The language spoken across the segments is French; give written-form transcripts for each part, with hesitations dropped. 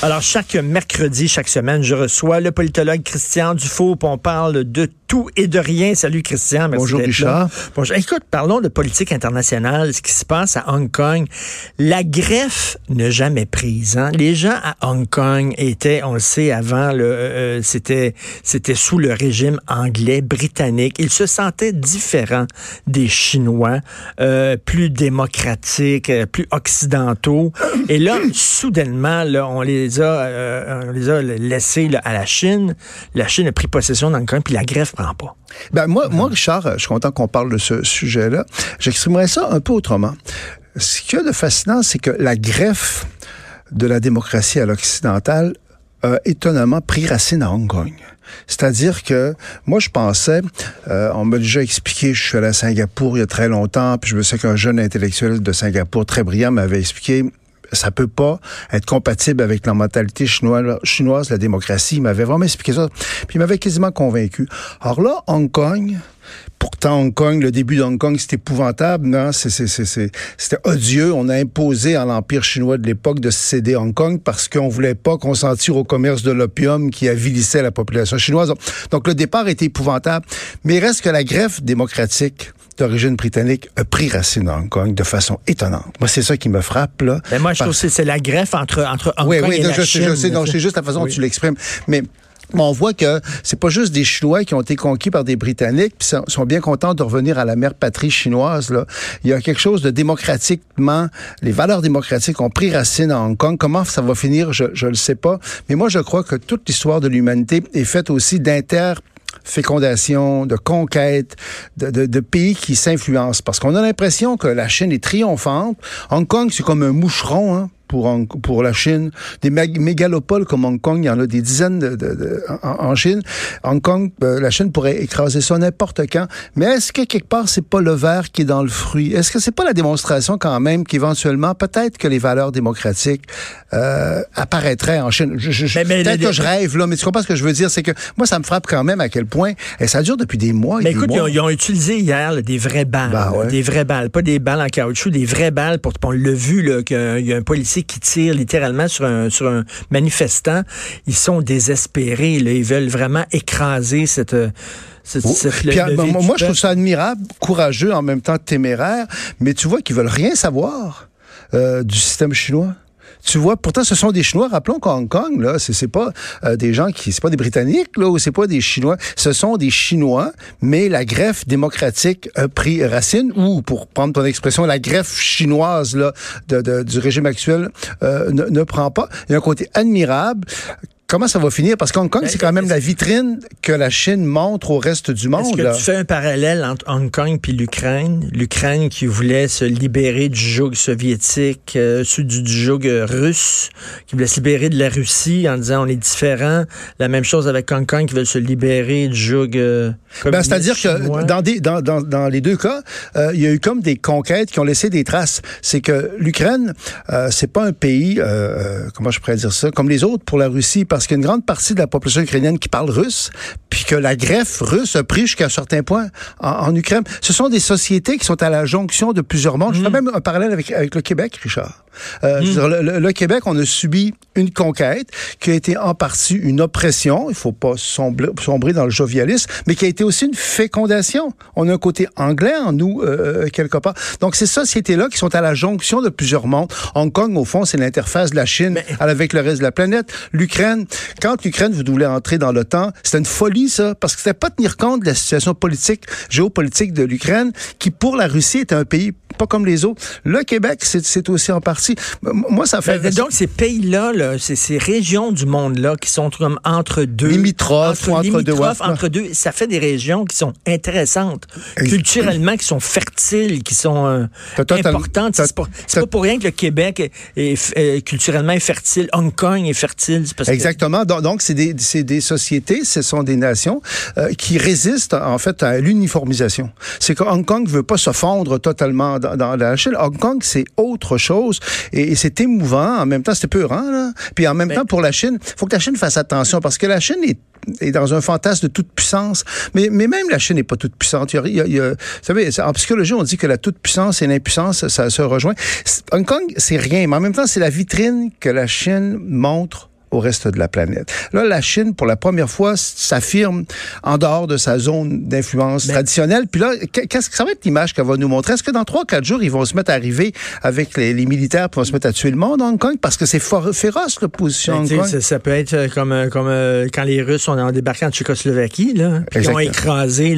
Alors, chaque mercredi, chaque semaine, je reçois le politologue Christian Dufault, puis on parle de tout et de rien. Salut Christian, merci. Bonjour Richard. Bonjour. Écoute, parlons de politique internationale, ce qui se passe à Hong Kong. La greffe n'a jamais prise. Hein? Les gens à Hong Kong étaient, on le sait avant, c'était sous le régime anglais, britannique. Ils se sentaient différents des Chinois, plus démocratiques, plus occidentaux. Et là, soudainement, là, on les a laissés là, à la Chine. La Chine a pris possession d'Hong Kong, puis la greffe prend pas. Ben moi, Richard, je suis content qu'on parle de ce sujet-là. J'exprimerais ça un peu autrement. Ce qu'il y a de fascinant, c'est que la greffe de la démocratie à l'occidentale a étonnamment pris racine à Hong Kong. C'est-à-dire que moi, je pensais, on m'a déjà expliqué, je suis allé à Singapour il y a très longtemps, puis je me sais qu'un jeune intellectuel de Singapour très brillant m'avait expliqué, ça peut pas être compatible avec la mentalité chinoise, la démocratie. Il m'avait vraiment expliqué ça. Puis il m'avait quasiment convaincu. Alors là, Hong Kong, pourtant Hong Kong, le début de Hong Kong, c'était épouvantable, non? C'était odieux. On a imposé à l'Empire chinois de l'époque de céder Hong Kong parce qu'on voulait pas consentir au commerce de l'opium qui avilissait la population chinoise. Donc le départ était épouvantable. Mais il reste que la greffe démocratique d'origine britannique a pris racine à Hong Kong de façon étonnante. Moi, c'est ça qui me frappe, là. Mais moi, je trouve que c'est la greffe entre Hong Kong et la Chine. Je sais, non, c'est juste la façon dont tu l'exprimes. Mais on voit que c'est pas juste des Chinois qui ont été conquis par des Britanniques, puis sont bien contents de revenir à la mère patrie chinoise, là. Il y a quelque chose de démocratiquement, les valeurs démocratiques ont pris racine à Hong Kong. Comment ça va finir, je le sais pas. Mais moi, je crois que toute l'histoire de l'humanité est faite aussi fécondation, de conquête, de pays qui s'influencent. Parce qu'on a l'impression que la Chine est triomphante. Hong Kong, c'est comme un moucheron, hein, pour la Chine. Des mégalopoles comme Hong Kong, il y en a des dizaines en Chine. Hong Kong, la Chine pourrait écraser ça n'importe quand. Mais est-ce que quelque part, c'est pas le verre qui est dans le fruit? Est-ce que c'est pas la démonstration quand même qu'éventuellement, peut-être que les valeurs démocratiques apparaîtraient en Chine? Peut-être que je rêve, là, mais tu comprends ce que je veux dire? C'est que moi, ça me frappe quand même à quel point, et ça dure depuis des mois et des mois. Mais écoute, ils ont utilisé hier là, des vraies balles. Ouais. Des vraies balles, pas des balles en caoutchouc, des vraies balles. On l'a vu, là, qu'il y a un policier qui tire littéralement sur un manifestant. Ils sont désespérés. Là. Ils veulent vraiment écraser cette moi, je trouve ça admirable, courageux, en même temps téméraire, mais tu vois qu'ils veulent rien savoir du système chinois. Tu vois, pourtant, ce sont des Chinois. Rappelons qu'à Hong Kong, là, c'est pas des gens c'est pas des Britanniques, là, ou c'est pas des Chinois. Ce sont des Chinois, mais la greffe démocratique a pris racine, ou, pour prendre ton expression, la greffe chinoise, là, du régime actuel, ne prend pas. Il y a un côté admirable. Comment ça va finir? Parce qu'Hong Kong, c'est quand même la vitrine que la Chine montre au reste du monde. Est-ce que tu fais un parallèle entre Hong Kong puis l'Ukraine? L'Ukraine qui voulait se libérer du joug soviétique, du joug russe, qui voulait se libérer de la Russie en disant on est différents. La même chose avec Hong Kong qui veut se libérer du joug c'est-à-dire chinois. Que dans les deux cas, il y a eu comme des conquêtes qui ont laissé des traces. C'est que l'Ukraine, c'est pas un pays, comment je pourrais dire ça, comme les autres pour la Russie, parce qu'il y a une grande partie de la population ukrainienne qui parle russe, puis que la greffe russe a pris jusqu'à un certain point en Ukraine. Ce sont des sociétés qui sont à la jonction de plusieurs mondes. Je fais même un parallèle avec le Québec, Richard. Le Québec, on a subi une conquête qui a été en partie une oppression, il faut pas sombrer dans le jovialisme, mais qui a été aussi une fécondation. On a un côté anglais en nous, quelque part. Donc, ces sociétés-là qui sont à la jonction de plusieurs mondes. Hong Kong, au fond, c'est l'interface de la Chine avec le reste de la planète. L'Ukraine, quand l'Ukraine voulait entrer dans l'OTAN, c'était une folie, ça, parce que c'était pas tenir compte de la situation politique, géopolitique de l'Ukraine, qui, pour la Russie, était un pays pas comme les autres. Le Québec, c'est aussi en partie. Moi, ça fait... Donc, ces pays-là, là, ces régions du monde-là qui sont comme entre deux... Limitrophes, entre deux, ça fait des régions qui sont intéressantes, culturellement, qui sont fertiles, qui sont importantes. C'est pas pour rien que le Québec est culturellement fertile. Hong Kong est fertile. Exactement. Donc, c'est des sociétés, ce sont des nations qui résistent, en fait, à l'uniformisation. C'est que Hong Kong veut pas se fondre totalement dans la Chine. Hong Kong, c'est autre chose et c'est émouvant. En même temps, c'est peurant, là. Puis en même temps, pour la Chine, il faut que la Chine fasse attention parce que la Chine est dans un fantasme de toute puissance. Mais même la Chine n'est pas toute puissante. Vous savez, en psychologie, on dit que la toute puissance et l'impuissance, ça se rejoint. Hong Kong, c'est rien. Mais en même temps, c'est la vitrine que la Chine montre au reste de la planète. Là, la Chine, pour la première fois, s'affirme en dehors de sa zone d'influence traditionnelle. Puis là, qu'est-ce que ça va être l'image qu'elle va nous montrer? Est-ce que dans 3-4 jours, ils vont se mettre à arriver avec les militaires qui vont se mettre à tuer le monde à Hong Kong? Parce que c'est féroce, l'opposition à Hong Kong. Ça peut être comme quand les Russes ont débarqué en Tchécoslovaquie, là, puis qui ont écrasé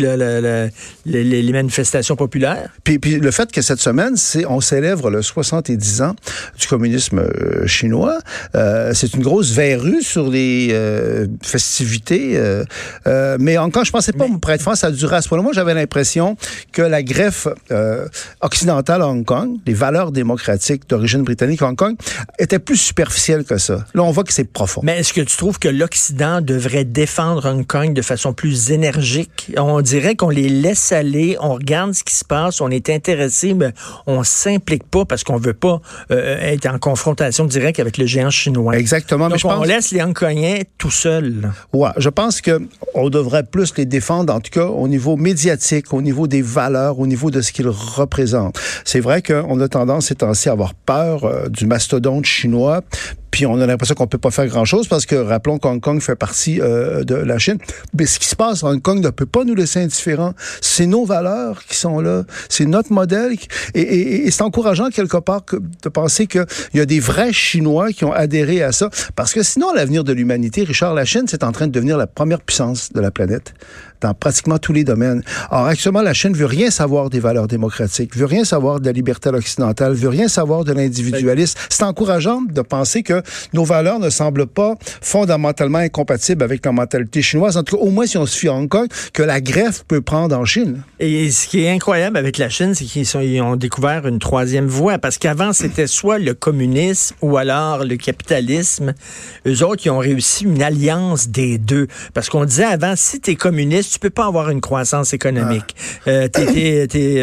les manifestations populaires. Puis le fait que cette semaine, on célèbre le 70 ans du communisme chinois. C'est une grosse verrue sur les festivités. Mais encore, je pensais pas, pour être franc, ça a duré à ce point-là. Moi, j'avais l'impression que la greffe occidentale à Hong Kong, les valeurs démocratiques d'origine britannique à Hong Kong, était plus superficielle que ça. Là, on voit que c'est profond. Mais est-ce que tu trouves que l'Occident devrait défendre Hong Kong de façon plus énergique? On dirait qu'on les laisse aller, on regarde ce qui se passe, on est intéressé, mais on s'implique pas parce qu'on veut pas être en confrontation directe avec le géant chinois. Exactement. Donc, on laisse les Hongkongais tout seuls. Ouais, je pense qu'on devrait plus les défendre, en tout cas au niveau médiatique, au niveau des valeurs, au niveau de ce qu'ils représentent. C'est vrai qu'on a tendance ces temps-ci à avoir peur du mastodonte chinois. Puis on a l'impression qu'on peut pas faire grand-chose parce que, rappelons qu'Hong Kong fait partie de la Chine. Mais ce qui se passe à Hong Kong ne peut pas nous laisser indifférents. C'est nos valeurs qui sont là. C'est notre modèle. Et c'est encourageant, quelque part, de penser qu'il y a des vrais Chinois qui ont adhéré à ça. Parce que sinon, l'avenir de l'humanité, Richard, la Chine, c'est en train de devenir la première puissance de la planète dans pratiquement tous les domaines. Or, actuellement, la Chine veut rien savoir des valeurs démocratiques, veut rien savoir de la liberté occidentale, veut rien savoir de l'individualisme. C'est encourageant de penser que nos valeurs ne semblent pas fondamentalement incompatibles avec la mentalité chinoise. En tout cas, au moins, si on se fie à Hong Kong, que la greffe peut prendre en Chine. Et ce qui est incroyable avec la Chine, c'est qu'ils ont découvert une troisième voie. Parce qu'avant, c'était soit le communisme ou alors le capitalisme. Eux autres, ils ont réussi une alliance des deux. Parce qu'on disait avant, si t'es communiste, tu peux pas avoir une croissance économique. T'es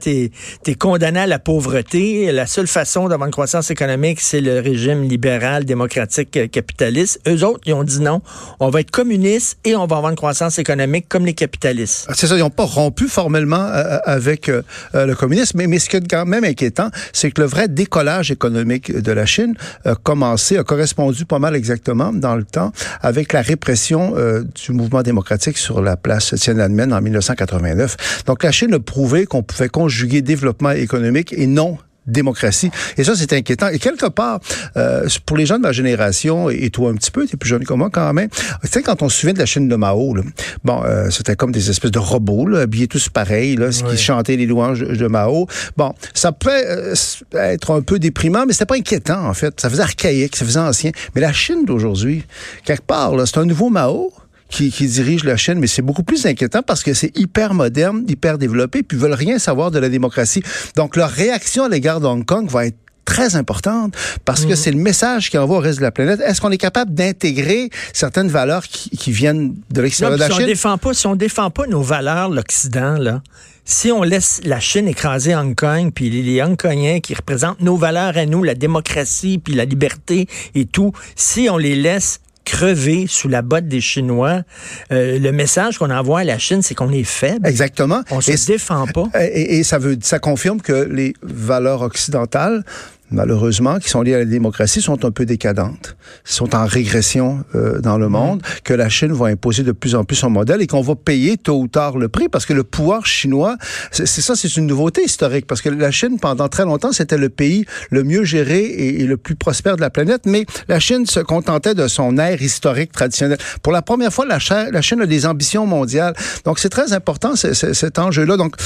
condamné à la pauvreté. La seule façon d'avoir une croissance économique, c'est le régime libéral, démocratique, capitaliste. Eux autres, ils ont dit non. On va être communiste et on va avoir une croissance économique comme les capitalistes. C'est ça, ils n'ont pas rompu formellement avec le communisme. Mais ce qui est quand même inquiétant, c'est que le vrai décollage économique de la Chine a correspondu pas mal exactement dans le temps avec la répression du mouvement démocratique sur la place Tiananmen en 1989. Donc, la Chine a prouvé qu'on pouvait conjuguer développement économique et non démocratie. Et ça, c'est inquiétant. Et quelque part, pour les gens de ma génération, et toi un petit peu, t'es plus jeune que moi quand même, tu sais, quand on se souvient de la Chine de Mao, là, c'était comme des espèces de robots, là, habillés tous pareils, là, qui chantaient les louanges de Mao. Bon, ça peut être un peu déprimant, mais c'était pas inquiétant, en fait. Ça faisait archaïque, ça faisait ancien. Mais la Chine d'aujourd'hui, quelque part, là, c'est un nouveau Mao qui dirige la Chine, mais c'est beaucoup plus inquiétant parce que c'est hyper moderne, hyper développé, puis ils veulent rien savoir de la démocratie. Donc, leur réaction à l'égard de Hong Kong va être très importante parce que c'est le message qu'ils envoient au reste de la planète. Est-ce qu'on est capable d'intégrer certaines valeurs qui viennent de l'extérieur de la Chine? Si on défend pas nos valeurs, l'Occident, là, si on laisse la Chine écraser Hong Kong, puis les Hongkongais qui représentent nos valeurs à nous, la démocratie, puis la liberté et tout, si on les laisse crever sous la botte des Chinois, le message qu'on envoie à la Chine, c'est qu'on est faible. Exactement. On se défend pas. Et ça confirme que les valeurs occidentales, malheureusement, qui sont liées à la démocratie, sont un peu décadentes, sont en régression dans le monde, que la Chine va imposer de plus en plus son modèle et qu'on va payer tôt ou tard le prix parce que le pouvoir chinois, c'est une nouveauté historique parce que la Chine, pendant très longtemps, c'était le pays le mieux géré et le plus prospère de la planète, mais la Chine se contentait de son ère historique traditionnelle. Pour la première fois, la Chine a des ambitions mondiales. Donc, c'est très important, cet enjeu-là. Donc,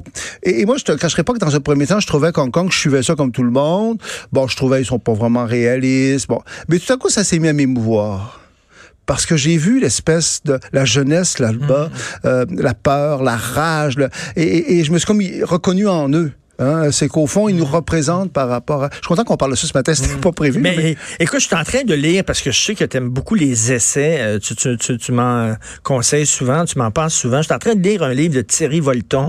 et moi, je te cacherai pas que dans un premier temps, je trouvais qu'Hong Kong, je suivais ça comme tout le monde. Bon, je trouvais qu'ils sont pas vraiment réalistes. Bon, mais tout à coup, ça s'est mis à m'émouvoir. Parce que j'ai vu l'espèce de la jeunesse là-bas, la peur, la rage, et je me suis comme reconnu en eux. Hein, c'est qu'au fond, ils nous représentent par rapport à... Je suis content qu'on parle de ça ce matin, c'était pas prévu. Mais écoute, je suis en train de lire, parce que je sais que tu aimes beaucoup les essais, tu m'en conseilles souvent, tu m'en parles souvent. Je suis en train de lire un livre de Thierry Volton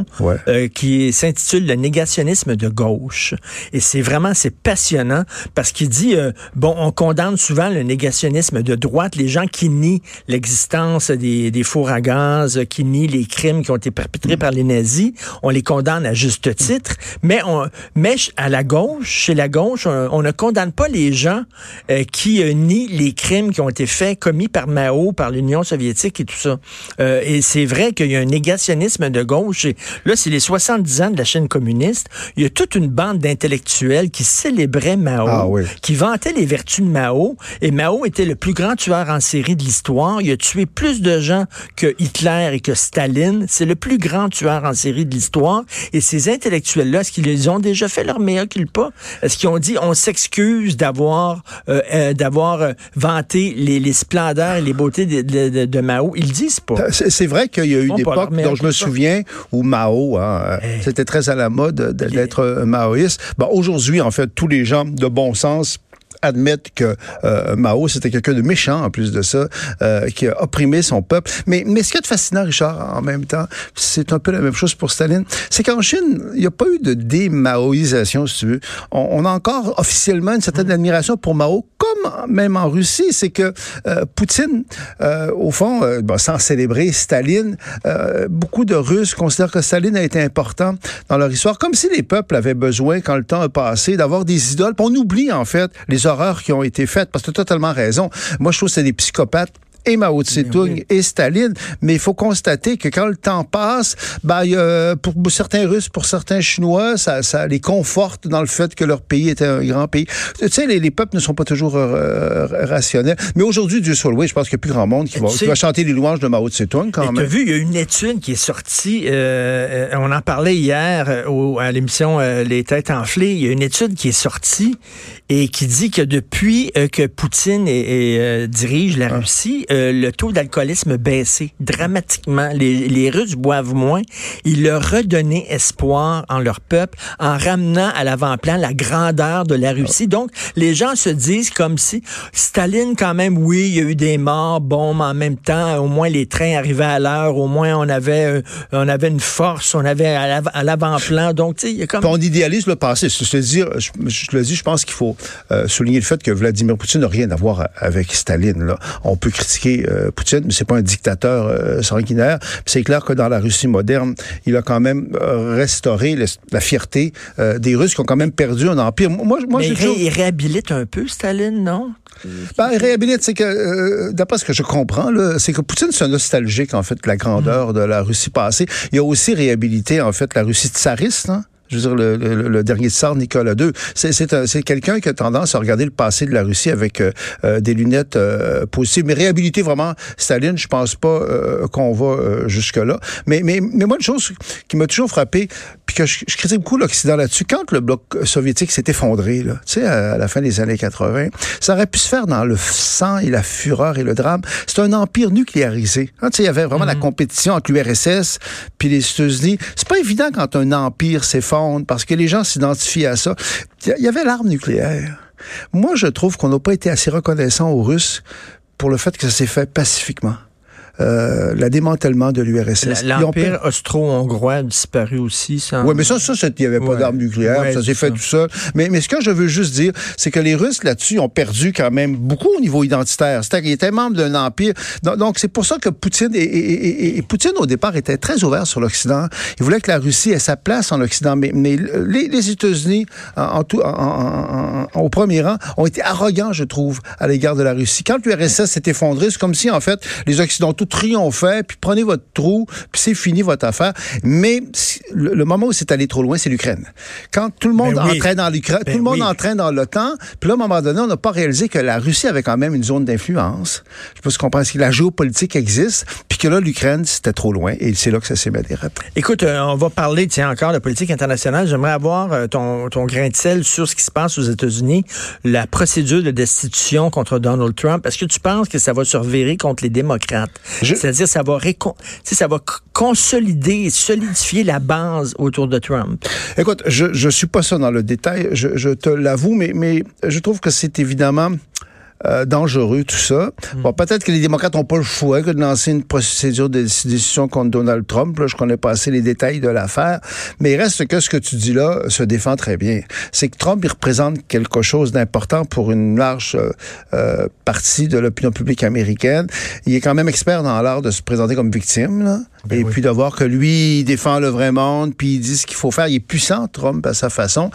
qui s'intitule « Le négationnisme de gauche ». Et c'est passionnant, parce qu'il dit, on condamne souvent le négationnisme de droite, les gens qui nient l'existence des fours à gaz, qui nient les crimes qui ont été perpétrés par les nazis, on les condamne à juste titre. Mais à la gauche, chez la gauche, on ne condamne pas les gens qui nient les crimes qui ont été commis par Mao, par l'Union soviétique et tout ça. Et c'est vrai qu'il y a un négationnisme de gauche. Et là, c'est les 70 ans de la Chine communiste. Il y a toute une bande d'intellectuels qui célébraient Mao, qui vantaient les vertus de Mao. Et Mao était le plus grand tueur en série de l'histoire. Il a tué plus de gens que Hitler et que Staline. C'est le plus grand tueur en série de l'histoire. Et ces intellectuels-là, est-ce qu'ils ont déjà fait leur mea culpa? Est-ce qu'ils ont dit, on s'excuse d'avoir vanté les splendeurs et les beautés de Mao? Ils le disent pas. C'est vrai qu'il y a eu une époque dont je me souviens où Mao, c'était très à la mode d'être maoïste. Bon, aujourd'hui, en fait, tous les gens de bon sens admettent que Mao, c'était quelqu'un de méchant, en plus de ça, qui a opprimé son peuple. Mais ce qui est fascinant, Richard, en même temps, c'est un peu la même chose pour Staline, c'est qu'en Chine, il n'y a pas eu de démaoïsation, si tu veux. On a encore officiellement une certaine admiration pour Mao, comme même en Russie. C'est que Poutine, au fond, sans célébrer Staline, beaucoup de Russes considèrent que Staline a été important dans leur histoire, comme si les peuples avaient besoin, quand le temps a passé, d'avoir des idoles. Puis on oublie, en fait, les horreurs qui ont été faites, parce que tu as totalement raison. Moi, je trouve que c'est des psychopathes, et Mao Tse-tung et Staline, mais il faut constater que quand le temps passe, pour certains Russes, pour certains Chinois, ça les conforte dans le fait que leur pays était un grand pays. Tu sais, les peuples ne sont pas toujours rationnels. Mais aujourd'hui, Dieu soit loué, je pense qu'il n'y a plus grand monde qui va chanter les louanges de Mao Tse-tung quand même. Tu as vu, il y a une étude qui est sortie, on en parlait hier à l'émission Les Têtes Enflées, il y a une étude qui est sortie et qui dit que depuis que Poutine dirige la Russie, le taux d'alcoolisme baissé dramatiquement. Les Russes boivent moins. Il leur redonnait espoir en leur peuple en ramenant à l'avant-plan la grandeur de la Russie. Donc, les gens se disent comme si Staline, quand même, oui, il y a eu des morts, bon, mais en même temps, au moins les trains arrivaient à l'heure, au moins on avait une force, on avait à l'avant-plan. Donc, tu sais, il y a comme... On idéalise le passé. Je pense qu'il faut souligner le fait que Vladimir Poutine n'a rien à voir avec Staline, là. On peut critiquer Poutine, mais c'est pas un dictateur sanguinaire. Puis c'est clair que dans la Russie moderne, il a quand même restauré la fierté des Russes qui ont quand même perdu un empire. Mais il réhabilite un peu Staline, non? Il réhabilite, c'est que, d'après ce que je comprends, là, c'est que Poutine, c'est un nostalgique, en fait, de la grandeur de la Russie passée. Il a aussi réhabilité, en fait, la Russie tsariste, hein? Je veux dire, le dernier tsar, Nicolas II, c'est quelqu'un qui a tendance à regarder le passé de la Russie avec des lunettes positives. Mais réhabiliter vraiment Staline, je pense pas qu'on va jusque-là. Mais moi, une chose qui m'a toujours frappé, puis que je critique beaucoup l'Occident là-dessus, quand le bloc soviétique s'est effondré, là, tu sais, à la fin des années 80, ça aurait pu se faire dans le sang et la fureur et le drame. C'est un empire nucléarisé. Tu sais, il y avait vraiment la compétition entre l'URSS puis les États-Unis. C'est pas évident quand un empire s'effondre, parce que les gens s'identifient à ça. Il y avait l'arme nucléaire. Moi, je trouve qu'on n'a pas été assez reconnaissant aux Russes pour le fait que ça s'est fait pacifiquement. Le démantèlement de l'URSS. L'Empire austro-hongrois a disparu aussi. Oui, mais ça, il n'y avait pas d'armes nucléaires, ça s'est fait tout seul. Mais ce que je veux juste dire, c'est que les Russes, là-dessus, ont perdu quand même beaucoup au niveau identitaire. Ils étaient membres d'un empire. Donc, c'est pour ça que Poutine, et Poutine, au départ, était très ouvert sur l'Occident. Il voulait que la Russie ait sa place en Occident. Mais les États-Unis, au premier rang, ont été arrogants, je trouve, à l'égard de la Russie. Quand l'URSS s'est effondrée, c'est comme si, en fait, les Occidentaux triomphaient, puis prenez votre trou, puis c'est fini votre affaire. Mais le moment où c'est allé trop loin, c'est l'Ukraine. Quand tout le monde entrait dans l'Ukraine, tout le monde entrait dans l'OTAN, puis là, à un moment donné, on n'a pas réalisé que la Russie avait quand même une zone d'influence. Je sais pas si on pense que la géopolitique existe, puis que là, l'Ukraine, c'était trop loin, et c'est là que ça s'est mis à déraper. Écoute, on va parler, encore de politique internationale. J'aimerais avoir ton grain de sel sur ce qui se passe aux États-Unis, la procédure de destitution contre Donald Trump. Est-ce que tu penses que ça va se revirer contre les démocrates? C'est-à-dire, ça va consolider et solidifier la base autour de Trump. Écoute, je suis pas ça dans le détail, je te l'avoue, mais je trouve que c'est évidemment dangereux, tout ça. Bon, peut-être que les démocrates n'ont pas le choix que de lancer une procédure de décision contre Donald Trump. Là, je connais pas assez les détails de l'affaire. Mais il reste que ce que tu dis là se défend très bien. C'est que Trump, il représente quelque chose d'important pour une large partie de l'opinion publique américaine. Il est quand même expert dans l'art de se présenter comme victime, là. Et puis de voir que lui, il défend le vrai monde, puis il dit ce qu'il faut faire. Il est puissant, Trump, à sa façon.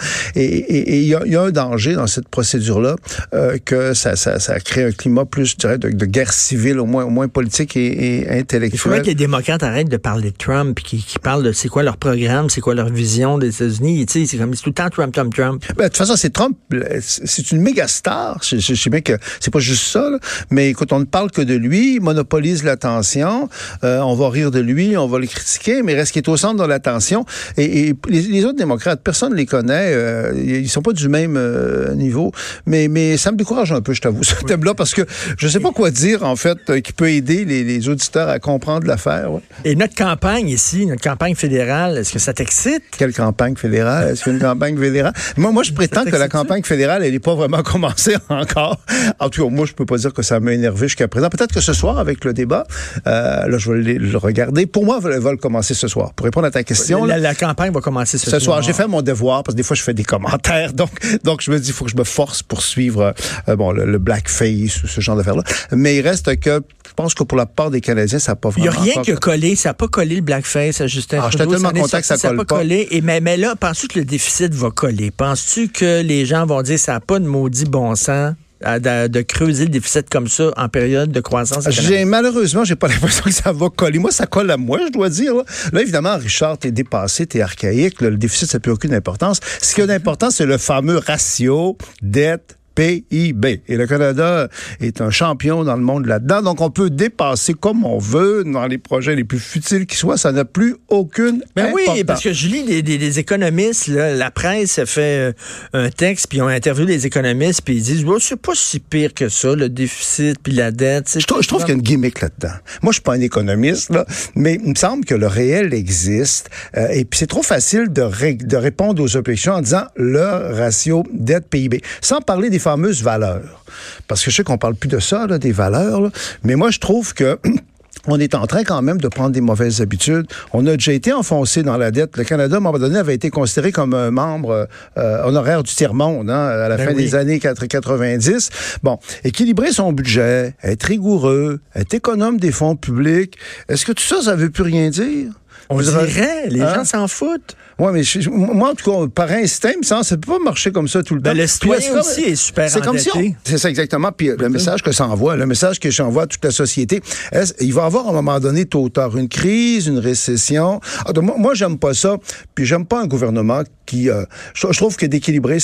Et il y a un danger dans cette procédure-là, que ça crée un climat plus, je dirais, de guerre civile, au moins politique et intellectuelle. Il faudrait que les démocrates arrêtent de parler de Trump, puis qu'ils parlent de c'est quoi leur programme, c'est quoi leur vision des États-Unis. Tu sais, c'est comme tout le temps Trump. Ben, de toute façon, c'est Trump, c'est une méga star. Je sais bien que c'est pas juste ça, là. Mais écoute, on ne parle que de lui, il monopolise l'attention, on va rire de lui, on va le critiquer, mais reste qu'il est au centre de l'attention. Et les autres démocrates, personne ne les connaît, ils sont pas du même niveau, mais ça me décourage un peu, je t'avoue, ce thème-là, parce que je sais pas quoi dire, en fait, qui peut aider les auditeurs à comprendre l'affaire. Ouais. Et notre campagne ici, notre campagne fédérale, est-ce que ça t'excite? Quelle campagne fédérale? Est-ce qu'il y a une campagne fédérale? Moi, je prétends que la campagne fédérale, elle n'est pas vraiment commencée encore. En tout cas, moi, je peux pas dire que ça m'a énervé jusqu'à présent. Peut-être que ce soir, avec le débat, là, je vais le regarder. Pour moi, elle va le commencer ce soir. Pour répondre à ta question. La campagne va commencer ce soir. J'ai fait mon devoir, parce que des fois, je fais des commentaires. Donc je me dis, il faut que je me force pour suivre le blackface ou ce genre d'affaires-là. Mais il reste que, je pense que pour la part des Canadiens, ça n'a pas vraiment... Il n'y a rien qui a collé. Ça n'a pas collé le blackface à Justin Trudeau. J'étais tellement content que ça colle pas. Collé. Mais là, penses-tu que le déficit va coller? Penses-tu que les gens vont dire ça n'a pas de maudit bon sens de creuser le déficit comme ça en période de croissance économique? Malheureusement, j'ai pas l'impression que ça va coller. Moi, ça colle à moi, je dois dire. Là évidemment, Richard, t'es dépassé, t'es archaïque. Le déficit, ça n'a plus aucune importance. Ce qui a d'important, c'est le fameux ratio dette PIB. Et le Canada est un champion dans le monde là-dedans. Donc, on peut dépasser comme on veut dans les projets les plus futiles qui soient. Ça n'a plus aucune importance. Oui, parce que je lis des économistes, là, la presse a fait un texte, puis ils ont interviewé les économistes, puis ils disent, c'est pas si pire que ça, le déficit, puis la dette. Je trouve qu'il y a une gimmick là-dedans. Moi, je suis pas un économiste, là, mais il me semble que le réel existe. Et puis, c'est trop facile de répondre aux objections en disant le ratio dette-PIB. Sans parler des fameuses valeurs. Parce que je sais qu'on parle plus de ça, là, des valeurs, là, mais moi, je trouve que on est en train quand même de prendre des mauvaises habitudes. On a déjà été enfoncé dans la dette. Le Canada, à un moment donné, avait été considéré comme un membre honoraire du tiers-monde à la fin des années 90. Bon, équilibrer son budget, être rigoureux, être économe des fonds publics, est-ce que tout ça, ça veut plus rien dire? On dirait, les gens s'en foutent. Oui, mais moi, en tout cas, par instinct, ça ne peut pas marcher comme ça tout le temps. Le citoyen aussi est super endetté. C'est ça, exactement. Puis le message que ça envoie, le message que j'envoie à toute la société, il va y avoir à un moment donné, tôt ou tard, une crise, une récession. Moi, j'aime pas ça. Puis j'aime pas un gouvernement qui... je trouve que d'équilibrer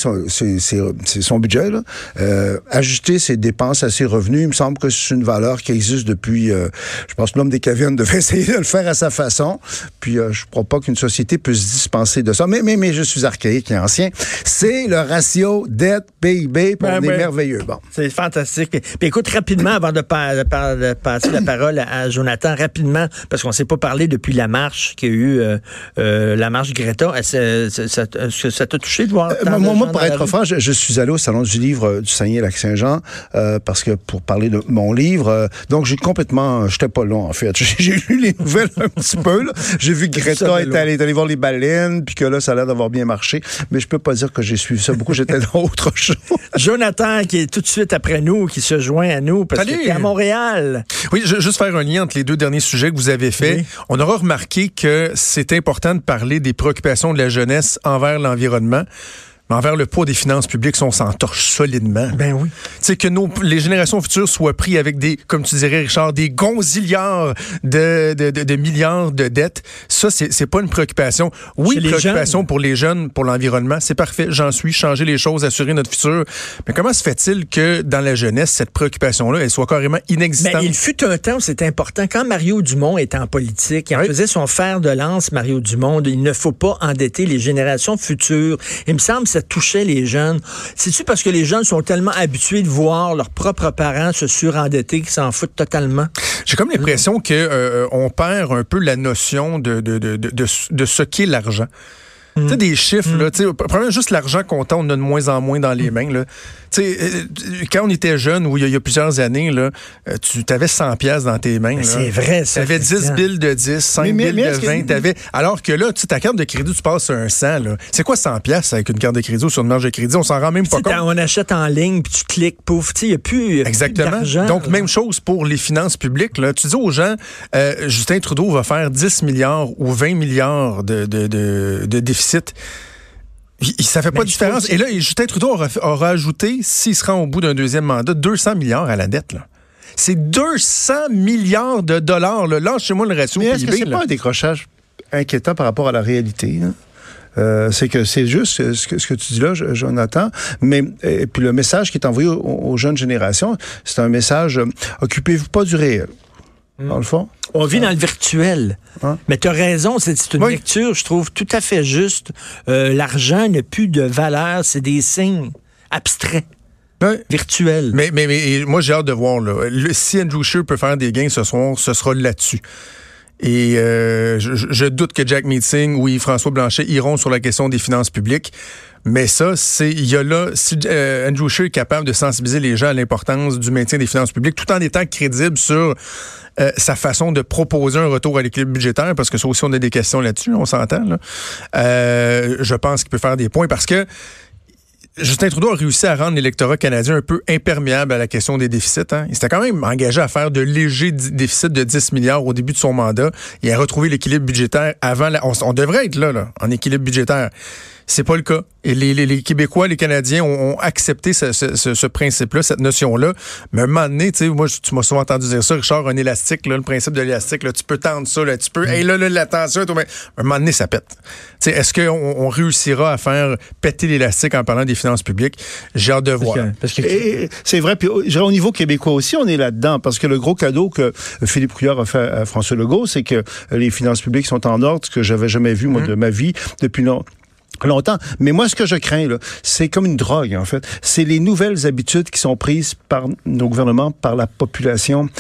son budget, là, ajuster ses dépenses à ses revenus, il me semble que c'est une valeur qui existe depuis... je pense que l'homme des cavernes devait essayer de le faire à sa façon. Puis je ne crois pas qu'une société peut se dispenser de ça. Mais je suis archaïque et ancien. C'est le ratio dette-PIB pour des merveilleux. Bon. C'est fantastique. Puis écoute, rapidement, avant de passer la parole à Jonathan, rapidement, parce qu'on ne s'est pas parlé depuis la marche qu'il y a eu, la marche Greta. Est-ce que ça t'a touché de voir? Moi, pour être franc, je suis allé au Salon du livre du Saguenay-Lac-Saint-Jean parce que pour parler de mon livre, donc j'étais pas long en fait. J'ai lu les nouvelles un petit peu, là. J'ai vu que Greta est allé voir les baleines, puis que là, ça a l'air d'avoir bien marché. Mais je peux pas dire que j'ai suivi ça beaucoup. J'étais dans autre chose. Jonathan, qui est tout de suite après nous, qui se joint à nous, parce qu'il est à Montréal. Oui, juste faire un lien entre les deux derniers sujets que vous avez faits. Oui. On aura remarqué que c'est important de parler des préoccupations de la jeunesse envers l'environnement. Mais envers le poids des finances publiques, on s'entorche solidement. Ben oui. Tu sais, que les générations futures soient pris avec des, comme tu dirais, Richard, des gonzillards de milliards de dettes. Ça, c'est pas une préoccupation. Oui, une préoccupation pour les jeunes, pour l'environnement. C'est parfait. J'en suis. Changer les choses, assurer notre futur. Mais comment se fait-il que dans la jeunesse, cette préoccupation-là, elle soit carrément inexistante? Mais il fut un temps où c'était important. Quand Mario Dumont était en politique, il en faisait son fer de lance, Mario Dumont. Il ne faut pas endetter les générations futures. Il me semble que ça touchait les jeunes. C'est-tu parce que les jeunes sont tellement habitués de voir leurs propres parents se surendetter qu'ils s'en foutent totalement? J'ai comme l'impression que on perd un peu la notion de ce qu'est l'argent. Tu sais, des chiffres, là, tu sais, premièrement, juste l'argent comptant, on a de moins en moins dans les mains, là. Tu sais, quand on était jeune, ou il y a plusieurs années, là, tu avais 100$ dans tes mains. C'est vrai, ça. Tu avais 10 billes de 10, 5 billes de 20. Alors que là, tu sais, ta carte de crédit, tu passes sur un 100. Là. C'est quoi 100$ avec une carte de crédit ou sur une marge de crédit? On s'en rend même pas compte. On achète en ligne, puis tu cliques, pouf, tu sais, il n'y a plus d'argent. Donc, même chose pour les finances publiques. Là. Tu dis aux gens, Justin Trudeau va faire 10 milliards ou 20 milliards de déficit. Ça fait pas de différence. Et là, Justin Trudeau aura ajouté, s'il se rend au bout d'un deuxième mandat, 200 milliards à la dette. Là. C'est 200 milliards de dollars. Là. Lâchez-moi le ratio PIB. Mais est-ce que c'est pas un décrochage inquiétant par rapport à la réalité? Hein? C'est que c'est juste ce que tu dis là, Jonathan. Mais et puis le message qui est envoyé aux jeunes générations, c'est un message occupez-vous pas du réel. Dans le fond. On vit dans le virtuel. Hein? Mais tu as raison, c'est une lecture, je trouve, tout à fait juste. L'argent n'a plus de valeur, c'est des signes abstraits. Virtuels. Mais moi, j'ai hâte de voir. Là. Si Andrew Scheer peut faire des gains ce soir, ce sera là-dessus. Et je doute que Jack Meeting ou Yves-François Blanchet iront sur la question des finances publiques. Mais ça, il y a là, si Andrew Scheer est capable de sensibiliser les gens à l'importance du maintien des finances publiques, tout en étant crédible sur sa façon de proposer un retour à l'équilibre budgétaire, parce que ça aussi, on a des questions là-dessus, on s'entend. Là. Je pense qu'il peut faire des points, parce que Justin Trudeau a réussi à rendre l'électorat canadien un peu imperméable à la question des déficits. Hein. Il s'était quand même engagé à faire de légers déficits de 10 milliards au début de son mandat et à retrouver l'équilibre budgétaire avant... On devrait être là, en équilibre budgétaire. C'est pas le cas. Et les Québécois, les Canadiens ont accepté ce principe-là, cette notion-là. Mais à un moment donné, tu sais, moi, tu m'as souvent entendu dire ça, Richard, un élastique, là, le principe de l'élastique, là, tu peux tendre ça, là, tu peux, hey, là, la tension, mais à un moment donné, ça pète. Tu sais, est-ce qu'on réussira à faire péter l'élastique en parlant des finances publiques? J'ai hâte de voir. Et c'est vrai, puis au niveau québécois aussi, on est là-dedans, parce que le gros cadeau que Philippe Couillard a fait à François Legault, c'est que les finances publiques sont en ordre, ce que j'avais jamais vu, moi, de ma vie, depuis longtemps. Mais moi, ce que je crains, là, c'est comme une drogue, en fait. C'est les nouvelles habitudes qui sont prises par nos gouvernements, par la population.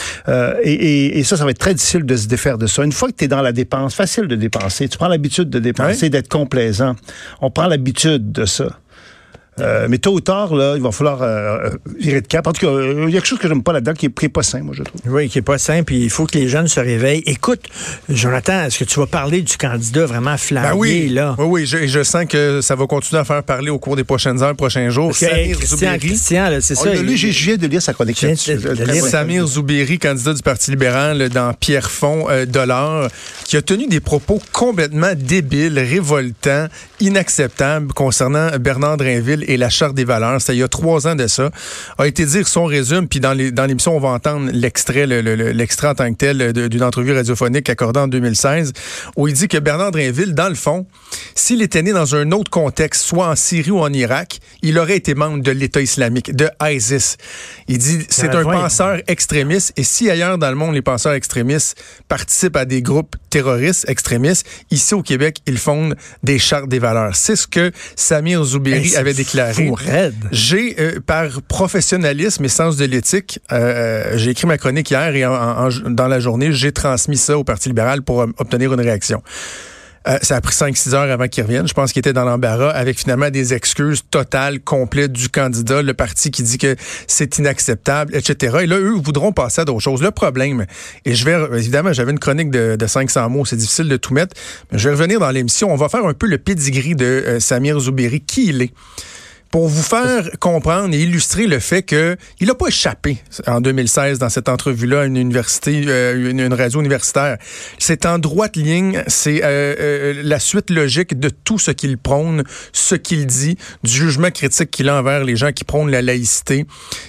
Et ça va être très difficile de se défaire de ça. Une fois que tu es dans la dépense, facile de dépenser. Tu prends l'habitude de dépenser, d'être complaisant. On prend l'habitude de ça. Mais tôt ou tard, là, il va falloir virer de cap. En tout cas, il y a quelque chose que j'aime pas là-dedans qui est pas sain, moi, je trouve. Oui, qui est pas sain, puis il faut que les jeunes se réveillent. Écoute, Jonathan, est-ce que tu vas parler du candidat vraiment flammé, là? Oui, je sens que ça va continuer à faire parler au cours des prochaines heures, prochains jours. Christian, là, c'est ça. Lui, je viens de lire sa chronique. Samir Zouberi, candidat du Parti libéral dans Pierrefonds Dollard, qui a tenu des propos complètement débiles, révoltants, inacceptables concernant Bernard Drinville et la Charte des valeurs. C'était il y a 3 ans de ça. A été dire son résumé, puis dans l'émission, on va entendre l'extrait en tant que tel d'une entrevue radiophonique accordée en 2016, où il dit que Bernard Drinville, dans le fond, s'il était né dans un autre contexte, soit en Syrie ou en Irak, il aurait été membre de l'État islamique, de ISIS. Il dit, c'est un penseur extrémiste, et si ailleurs dans le monde, les penseurs extrémistes participent à des groupes terroristes extrémistes, ici au Québec, ils fondent des chartes des valeurs. C'est ce que Samir Zouberi avait déclaré. J'ai, par professionnalisme et sens de l'éthique, j'ai écrit ma chronique hier et dans la journée, j'ai transmis ça au Parti libéral pour obtenir une réaction. Ça a pris 5-6 heures avant qu'il revienne. Je pense qu'il était dans l'embarras avec finalement des excuses totales, complètes du candidat, le parti qui dit que c'est inacceptable, etc. Et là, eux voudront passer à d'autres choses. Le problème, et évidemment, j'avais une chronique de 500 mots, c'est difficile de tout mettre, mais je vais revenir dans l'émission. On va faire un peu le pedigree de Samir Zouberi, qui il est, pour vous faire comprendre et illustrer le fait que il n'a pas échappé en 2016 dans cette entrevue-là à une université, une radio universitaire. C'est en droite ligne, c'est la suite logique de tout ce qu'il prône, ce qu'il dit, du jugement critique qu'il a envers les gens qui prônent la laïcité,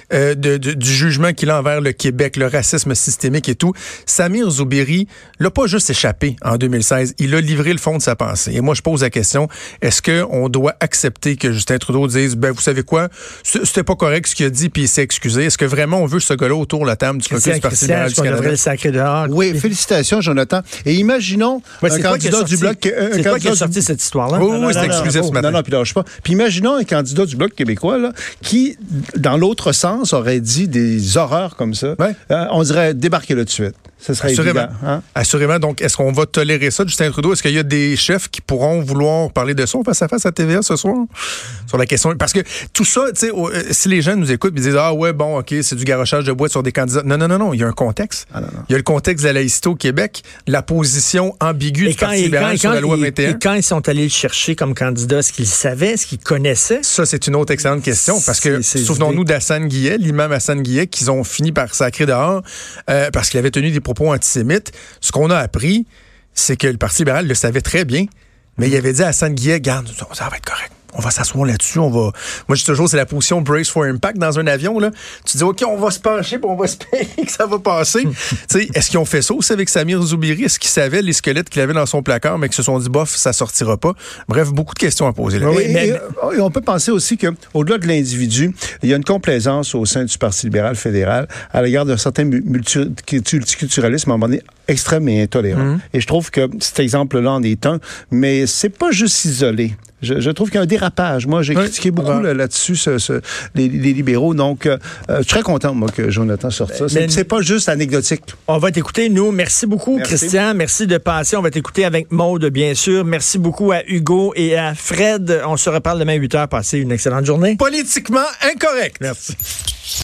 du jugement qu'il a envers le Québec, le racisme systémique et tout. Samir Zouberi l'a pas juste échappé en 2016, il a livré le fond de sa pensée. Et moi, je pose la question, est-ce qu'on doit accepter que Justin Trudeau dise ben vous savez quoi, c'était pas correct ce qu'il a dit puis il s'est excusé. Est-ce que vraiment on veut ce gars-là autour de la table du caucus du Parti libéral du Canada? Devrait le sacrer dehors. Oui, félicitations Jonathan. Et imaginons un candidat du Bloc... C'est toi qui as sorti cette histoire-là? Oui, c'est exclusif ce matin. Non, puis lâche pas. Puis imaginons un candidat du Bloc québécois là, qui, dans l'autre sens, aurait dit des horreurs comme ça. Ouais. On dirait débarquez là tout de suite. Ce serait assurément. évident. Hein? Assurément. Donc, est-ce qu'on va tolérer ça, Justin Trudeau? Est-ce qu'il y a des chefs qui pourront vouloir parler de ça face à TVA ce soir? Sur la question. Parce que tout ça, tu sais, si les gens nous écoutent et disent, ah ouais, bon, OK, c'est du garochage de bois sur des candidats. Non. Il y a un contexte. Non. Il y a le contexte de la laïcité au Québec, la position ambiguë du Parti libéral sur la loi 21. Et quand ils sont allés le chercher comme candidat, est-ce qu'ils savaient, est-ce qu'ils connaissaient? Ça, c'est une autre excellente question. Parce que, souvenons-nous d'Hassan Guillet, l'imam Hassan Guillet, qu'ils ont fini par sacrer dehors parce qu'il avait tenu des propos antisémites. Ce qu'on a appris, c'est que le Parti libéral le savait très bien, mais il avait dit à Hassan Guillet, garde, ça va être correct. On va s'asseoir là-dessus, Moi, je dis toujours, c'est la position brace for impact dans un avion, là. Tu dis, OK, on va se pencher, puis on va espérer que ça va passer. Tu sais, est-ce qu'ils ont fait ça aussi avec Samir Zoubiri? Est-ce qu'ils savaient les squelettes qu'il avait dans son placard, mais qu'ils se sont dit, bof, ça sortira pas? Bref, beaucoup de questions à poser là. Et on peut penser aussi qu'au-delà de l'individu, il y a une complaisance au sein du Parti libéral fédéral à l'égard d'un certain multiculturalisme, à un moment donné, extrême et intolérant. Et je trouve que cet exemple-là en est un, mais c'est pas juste isolé. Je trouve qu'il y a un dérapage. Moi, j'ai critiqué beaucoup là-dessus les libéraux. Donc, je suis très content, moi, que Jonathan sorte ça. C'est pas juste anecdotique. On va t'écouter, nous. Merci beaucoup, Christian. Merci de passer. On va t'écouter avec Maude, bien sûr. Merci beaucoup à Hugo et à Fred. On se reparle demain à 8h. Passez une excellente journée. Politiquement incorrect. Merci.